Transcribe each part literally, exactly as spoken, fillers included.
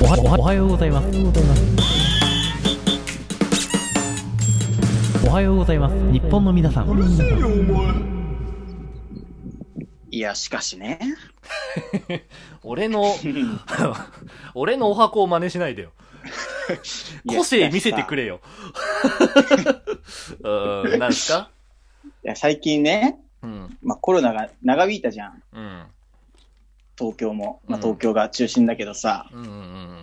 おは、おはようございます。おはようございます。日本の皆さん。 うるせえよお前。いやしかしね俺の俺のお箱を真似しないでよ個性見せてくれようん、なんすか。 いや最近ね、うん、まあコロナが長引いたじゃん、うん、東京も、まあ、東京が中心だけどさ、うんうんうん、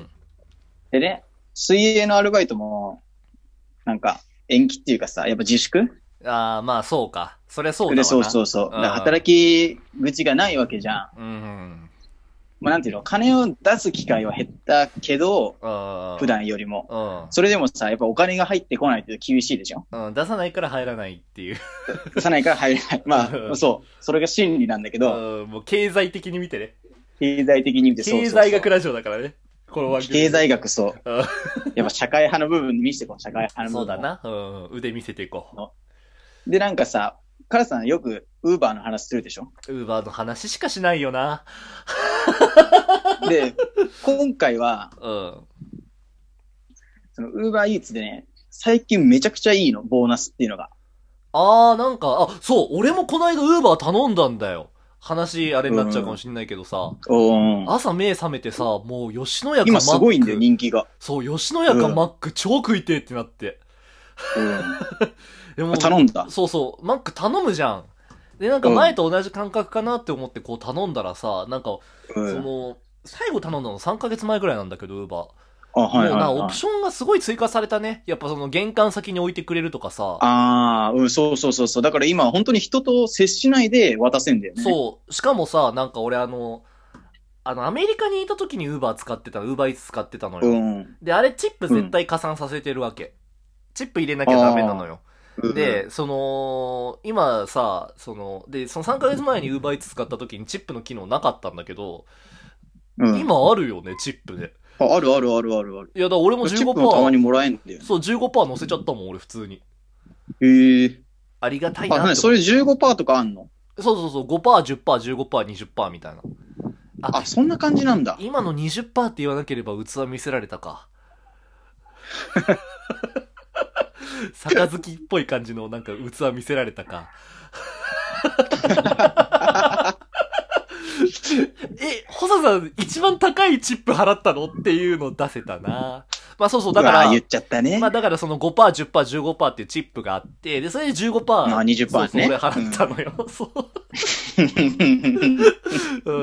でね、水泳のアルバイトもなんか延期っていうかさ、やっぱ自粛。 ああ、まあそうか。そりゃそうだわな。 そうそうそう。だから働き口がないわけじゃん。うんうん、まあなんていうの、金を出す機会は減ったけど、普段よりも。それでもさ、やっぱお金が入ってこないと厳しいでしょ。 うん、出さないから入らないっていう。 出さないから入らない。まあ、そう。それが真理なんだけど。 もう経済的に見てね。 経済的に見て、そうそうそう。 経済学ラジオだからね。この経済学、そう。やっぱ社会派の部分見せてこう、社会派の部分。 そうだな。うん、腕見せていこう。 で、なんかさ、カラさんよくウーバーの話するでしょ？ ウーバーの話しかしないよな。 で、今回は、うん、そのウーバーイーツでね、最近めちゃくちゃいいの、ボーナスっていうのが。 あー、なんか、あ、そう、俺もこの間ウーバー頼んだんだよ。話あれになっちゃうかもしんないけどさ、うん、朝目覚めてさ、もう吉野家かマック。 今すごいんだよ、人気が。 そう、吉野家かマック、うん、超食いてえってなって。うんでも頼んだ。 そうそう。マック頼むじゃん。で、なんか前と同じ感覚かなって思ってこう頼んだらさ、なんか、うん、その、最後頼んだのさんかげつまえぐらいなんだけど、ウーバー。あ、はいはい、はい。もうな、オプションがすごい追加されたね。やっぱその玄関先に置いてくれるとかさ。 ああ、うん、そうそうそうそう。だから今本当に人と接しないで渡せんだよね。 そう。しかもさ、なんか俺あの、あの、アメリカにいた時にウーバー使ってた、ウーバーイーツ使ってたのよ。うん、で、あれチップ絶対加算させてるわけ。うん、チップ入れなきゃダメなのよ。で、その、今さ、その、で、そのさんかげつまえに Uber Eats 使った時にチップの機能なかったんだけど、うん、今あるよね、チップで。 あ、あるあるあるあるある。 いや、だから俺もじゅうごパーセント。 チップもたまにもらえんだよ、ね。 そう、じゅうごパーセント乗せちゃったもん、俺普通に。 へー。 ありがたいなって。 あ、それ じゅうごパーセント とかあんの？ そうそうそう、ごパーセント、じゅっパーセント、じゅうごパーセント、にじゅっパーセントみたいな。 あ、あ、そんな感じなんだ。 今の にじゅっパーセント って言わなければ器見せられたか。杯っぽい感じのなんか器見せられたか。え、ホサさん一番高いチップ払ったのっていうの出せたな。まあそうそう、だから、 言っちゃったね。 まあだからその ごパーセント、じゅっパーセント、じゅうごパーセント っていうチップがあって、で、それで じゅうごパーセント。 まあにじゅっパーセントね。 そうそう、俺払ったのよ。うん、そう。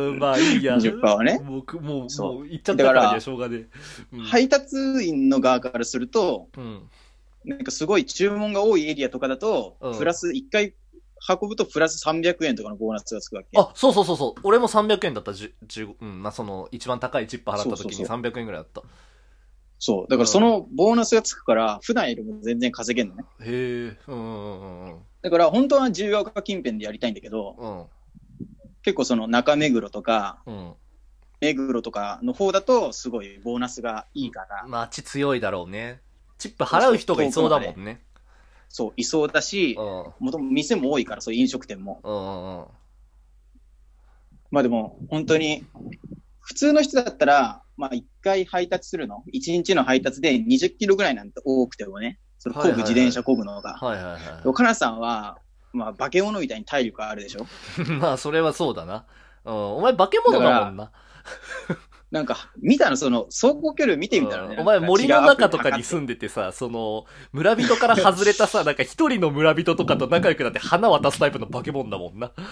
うん、まあいいや。 にじゅっパーセント はね。 僕、もう、もう、もう言っちゃったからね、しょうがね。 うん、配達員の側からすると、うん、なんかすごい注文が多いエリアとかだと、うん、プラスいっかい運ぶとプラスさんびゃくえんとかのボーナスがつくわけ。 あ、そうそうそうそう。俺もさんびゃくえんだった。じゅう、うん、まあ、その、一番高いチップ払った時にさんびゃくえんぐらいだった。 そう。だからそのボーナスがつくから、普段よりも全然稼げんのね。 へえ。うんうんうん。 だから本当は自由が丘近辺でやりたいんだけど、うん、結構その中目黒とか、うん、目黒とかの方だとすごいボーナスがいいから。 まあ、あっち強いだろうね。チップ払う人がいそうだもんね。 そう、いそうだし、うん、もとも店も多いから、そういう飲食店も。うんうんうん、まあでも、本当に、普通の人だったら、まあ一回配達するの、一日の配達でにじゅっキロぐらいなんて多くてもね、その漕ぐ自転車漕ぐのが。はいはいはい。岡田さんは、まあ化け物みたいに体力あるでしょまあそれはそうだな。うん、お前化け物だもんな。 なんか、見たの、その、走行距離を見てみたらね、うん。 お前森の中とかに住んでてさ、その、村人から外れたさ、なんか一人の村人とかと仲良くなって花渡すタイプの化け物だもんな。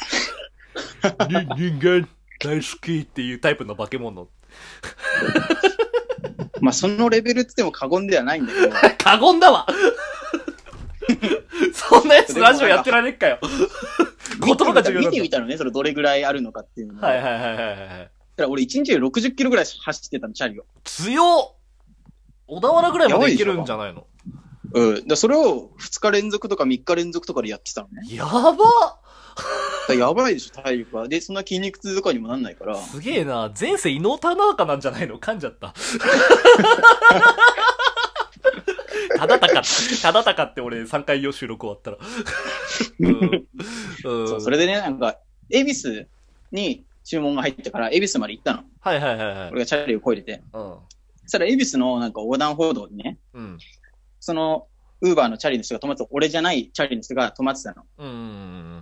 人間大好きっていうタイプの化け物。 まあ、そのレベルって言っても過言ではないんだけど。 過言だわそんなやつラジオやってられっかよ。言葉が重要なんだ。 見てみたのね、それどれぐらいあるのかっていうの。 はいはいはいはいはい。 だから俺いちにちでろくじゅっキロぐらい走ってたの、チャリを。 強っ小田原ぐらいまでいけるんじゃないの？ うん。だそれをふつか連続とかみっか連続とかでやってたのね。 やばやばいでしょ、体力は。で、そんな筋肉痛とかにもなんないから。 すげえな。前世伊能忠敬なんじゃないの？噛んじゃった。忠敬、忠敬って俺さんかいよ収録終わったら。うんうん、そう、それでね、なんか、恵比寿に注文が入ってから、恵比寿まで行ったの。 はいはいはいはい。 俺がチャリを漕いでて。うん。そしたら、恵比寿のなんか横断歩道にね、うん。その、ウーバーのチャリの人が止まってた、俺じゃないチャリの人が止まってたの。うん。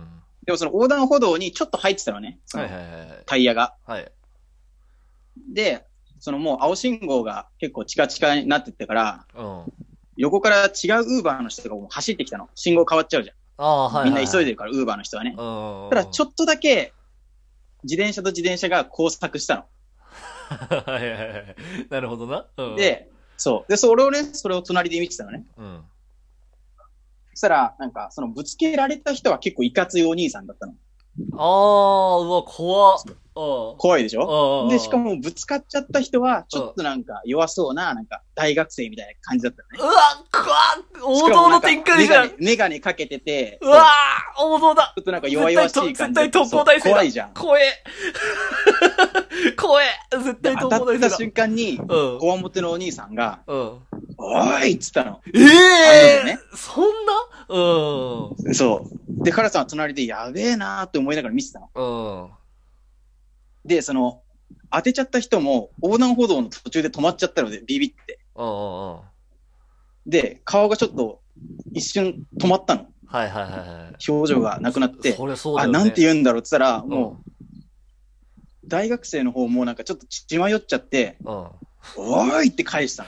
でもその横断歩道にちょっと入ってたのね。はいはいはい。タイヤが。はい。で、そのもう青信号が結構チカチカになってってから、うん。横から違うウーバーの人がもう走ってきたの。信号変わっちゃうじゃん。ああ、はい、はい。みんな急いでるから、ウーバーの人はね。うん。ただちょっとだけ、自転車と自転車が交錯したの。 はいはいはい。なるほどな。 うん、で、そう。で、それをね、それを隣で見てたのね。うん。そしたら、なんか、そのぶつけられた人は結構いかついお兄さんだったの。 あー、うわ、怖っ。 怖いでしょ。で、しかもぶつかっちゃった人は、ちょっとなんか弱そうな、なんか大学生みたいな感じだったのね。 うわ、怖っ、王道の展開じゃん。 メガネかけてて。 うわー、王道だ。 ちょっとなんか弱々しい感じ。 絶対東工大生だ。 怖いじゃん。 怖え。怖え。絶対東工大生だ。 当たった瞬間に、こわもてのお兄さんが、うん、おーいっつったの。 ええーね、そんなうん。そう。で、カラさんは隣でやべえなーって思いながら見てたの。うん。で、その、当てちゃった人も横断歩道の途中で止まっちゃったので、ビビって。うんうんうん。で、顔がちょっと一瞬止まったの。 はいはいはいはい。 表情がなくなって、 それそうだよね、 あ、なんて言うんだろうって言ったら、もう、大学生の方もなんかちょっと血迷っちゃって、うん、おーいって返したの。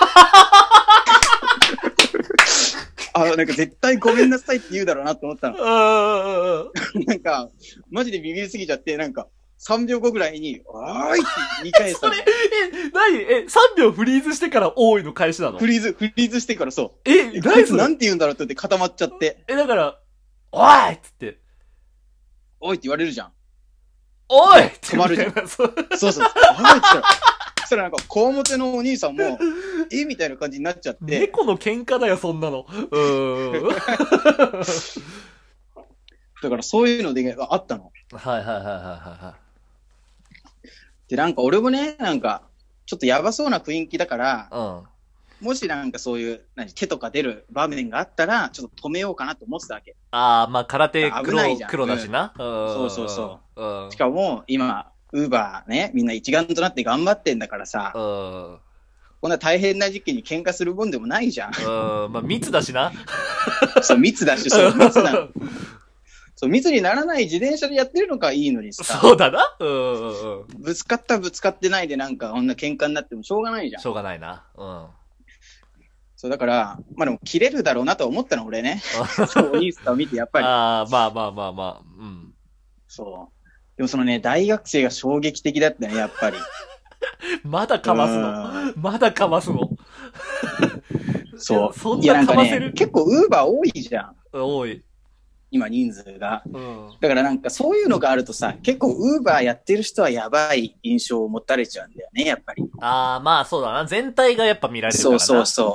あ、なんか絶対ごめんなさいって言うだろうなって思ったの。なんか、マジでビビりすぎちゃって、なんか、さんびょうごぐらいに、おーいって言い返したの。 それ、え、何え、さんびょうフリーズしてからおーいの返しなの？ フリーズ、フリーズしてからそう。 え、 こいつなんて言うんだろうって言って固まっちゃって。 え、だから、おーいっつって。 おいって言われるじゃん。 おいって止まるじゃん。そうそうそう。おいって言ったら、そしたらなんか、こわもてのお兄さんも、えみたいな感じになっちゃって。 猫の喧嘩だよ、そんなの。うーん。 だからそういうのであったの。 はいはいはいはいはい。 で、なんか俺もね、なんか、ちょっとやばそうな雰囲気だから、うん、もしなんかそういう、何、手とか出る場面があったら、ちょっと止めようかなと思ってたわけ。 ああ、まあ空手黒、黒だしな。 うん、そうそうそう。うん、しかも、今、ウーバーね、みんな一丸となって頑張ってんだからさ、うん、こんな大変な時期に喧嘩するもんでもないじゃん。 うん、まあ密だしな。 そう、密だし、そう、密なの。そう、密にならない自転車でやってるのがいいのにさ。 そうだな。うんうんうん。 ぶつかったぶつかってないでなんか、こんな喧嘩になってもしょうがないじゃん。 しょうがないな。うん。 そう、だから、まあでも切れるだろうなと思ったの、俺ね。そう、お兄さんを見て、やっぱり。 ああ、まあまあまあまあ。うん。 そう。でもそのね、大学生が衝撃的だったね、やっぱり。 まだかますの。まだかますの。 そう。 そんなかませる、 ね、結構ウーバー多いじゃん。 多い。 今人数が、うん。だからなんかそういうのがあるとさ、結構ウーバーやってる人はやばい印象を持たれちゃうんだよね、やっぱり。 ああ、まあそうだな。全体がやっぱ見られるからな。 そうそうそう。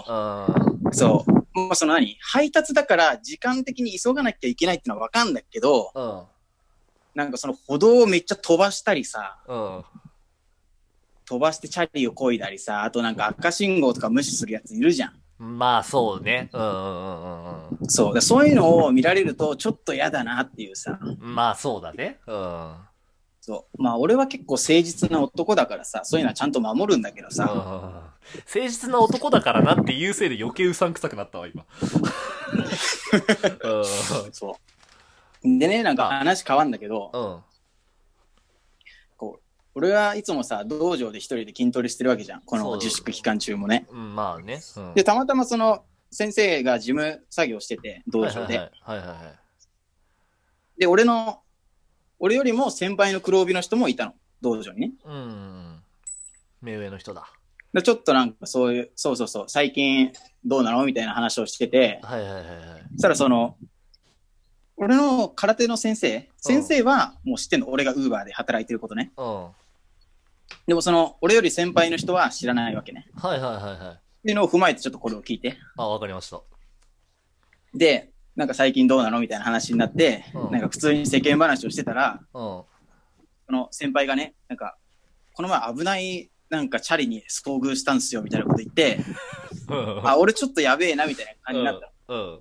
うん、そう。まあその何配達だから時間的に急がなきゃいけないってのはわかんだけど、うん、なんかその歩道をめっちゃ飛ばしたりさ、うん、飛ばしてチャリを漕いだりさ、あとなんか赤信号とか無視するやついるじゃん。 まあそうね。うんうんうんうん。 そう。そういうのを見られるとちょっと嫌だなっていうさ。 まあそうだね。うん。 そう。まあ俺は結構誠実な男だからさ、そういうのはちゃんと守るんだけどさ。うん、 誠実な男だからなっていうせいで余計うさんくさくなったわ、今。 うん、そう。でね、なんか話変わんだけど、うん、こう、俺はいつもさ、道場で一人で筋トレしてるわけじゃん。この自粛期間中もね。 うん、まあね、 うん。で、たまたまその、先生が事務作業してて、道場で。はいはいはい。はいはいはい、で、俺の、俺よりも先輩の黒帯の人もいたの。道場にね。うん。 目上の人だ。 でちょっとなんかそういう、そうそうそう、最近どうなのみたいな話をしてて。はいはいはいはい。そしたらその、俺の空手の先生、先生はもう知ってんの。俺がウーバーで働いてることね。うん。でもその、俺より先輩の人は知らないわけね。 はいはいはいはい。 っていうのを踏まえてちょっとこれを聞いて。 あ、わかりました。 で、なんか最近どうなのみたいな話になって、うん、なんか普通に世間話をしてたら、うん、この先輩がね、なんか、この前危ないなんかチャリに遭遇したんすよみたいなこと言って、あ、俺ちょっとやべえなみたいな感じになった。うんうん、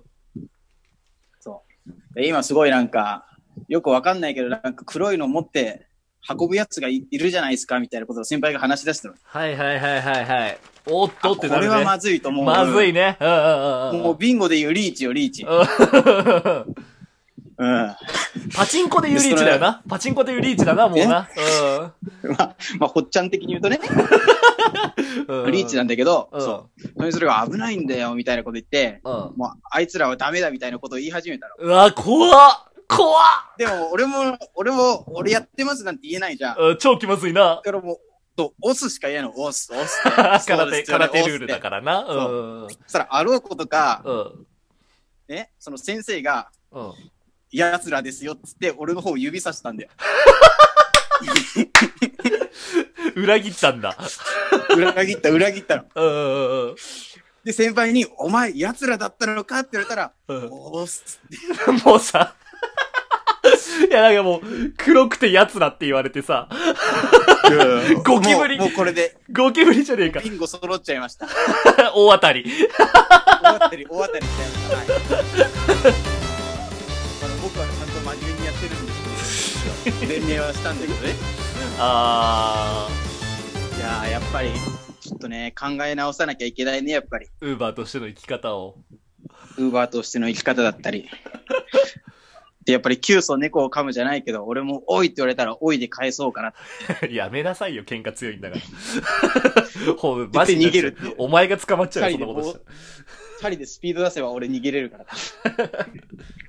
そう。で今すごいなんか、よくわかんないけど、なんか黒いの持って運ぶやつが い, いるじゃないですかみたいなことを先輩が話し出したの。 はいはいはいはいはい。おっとってなるね。 これはまずいと思う。 まずいね。うんうんうん。 もうビンゴで言うリーチよ、リーチ。うん。 パチンコで言うリーチだよな。パチンコで言うリーチだな、もうな。 うん。まあ、まあ、ほっちゃん的に言うとね。リーチなんだけど、うん、そう。それが危ないんだよ、みたいなこと言って、うん、もう、あいつらはダメだ、みたいなことを言い始めたの。 うわ、怖っ怖っでも、俺も、俺も、俺やってますなんて言えないじゃん。 うん、超気まずいな。 だからもう、と、押すしか言えないの、押す、押す。 空手、空手ルールだからな。 うん。そしたら、あろうことか、うん、ね、その先生が、うん、奴らですよっつって、俺の方を指さしたんだよ。 裏切ったんだ。 裏切った、裏切ったの。 うんうんうん。 で、先輩に、お前、奴らだったのかって言われたら、うん、おーすって。もうさ、いやなんかもう、黒くて奴らって言われてさ、ゴキブリ。 もう、もうこれで。 ゴキブリじゃねえか。 ビンゴ揃っちゃいました。 大当たり。 大当たり、大当たりしちゃいました。はい。僕はちゃんと真面目にやってるんですけど、弁明はしたんだけどね。あー。いやー、やっぱり、ちょっとね、考え直さなきゃいけないね、やっぱり。 ウーバーとしての生き方を。 ウーバーとしての生き方だったり。で、やっぱり、急須猫を噛むじゃないけど、俺も、おいって言われたら、おいで返そうかなって。 やめなさいよ、喧嘩強いんだから。ほう、マジで逃げるって。お前が捕まっちゃうよ、そんなことしたら。 チャリでスピード出せば俺逃げれるから。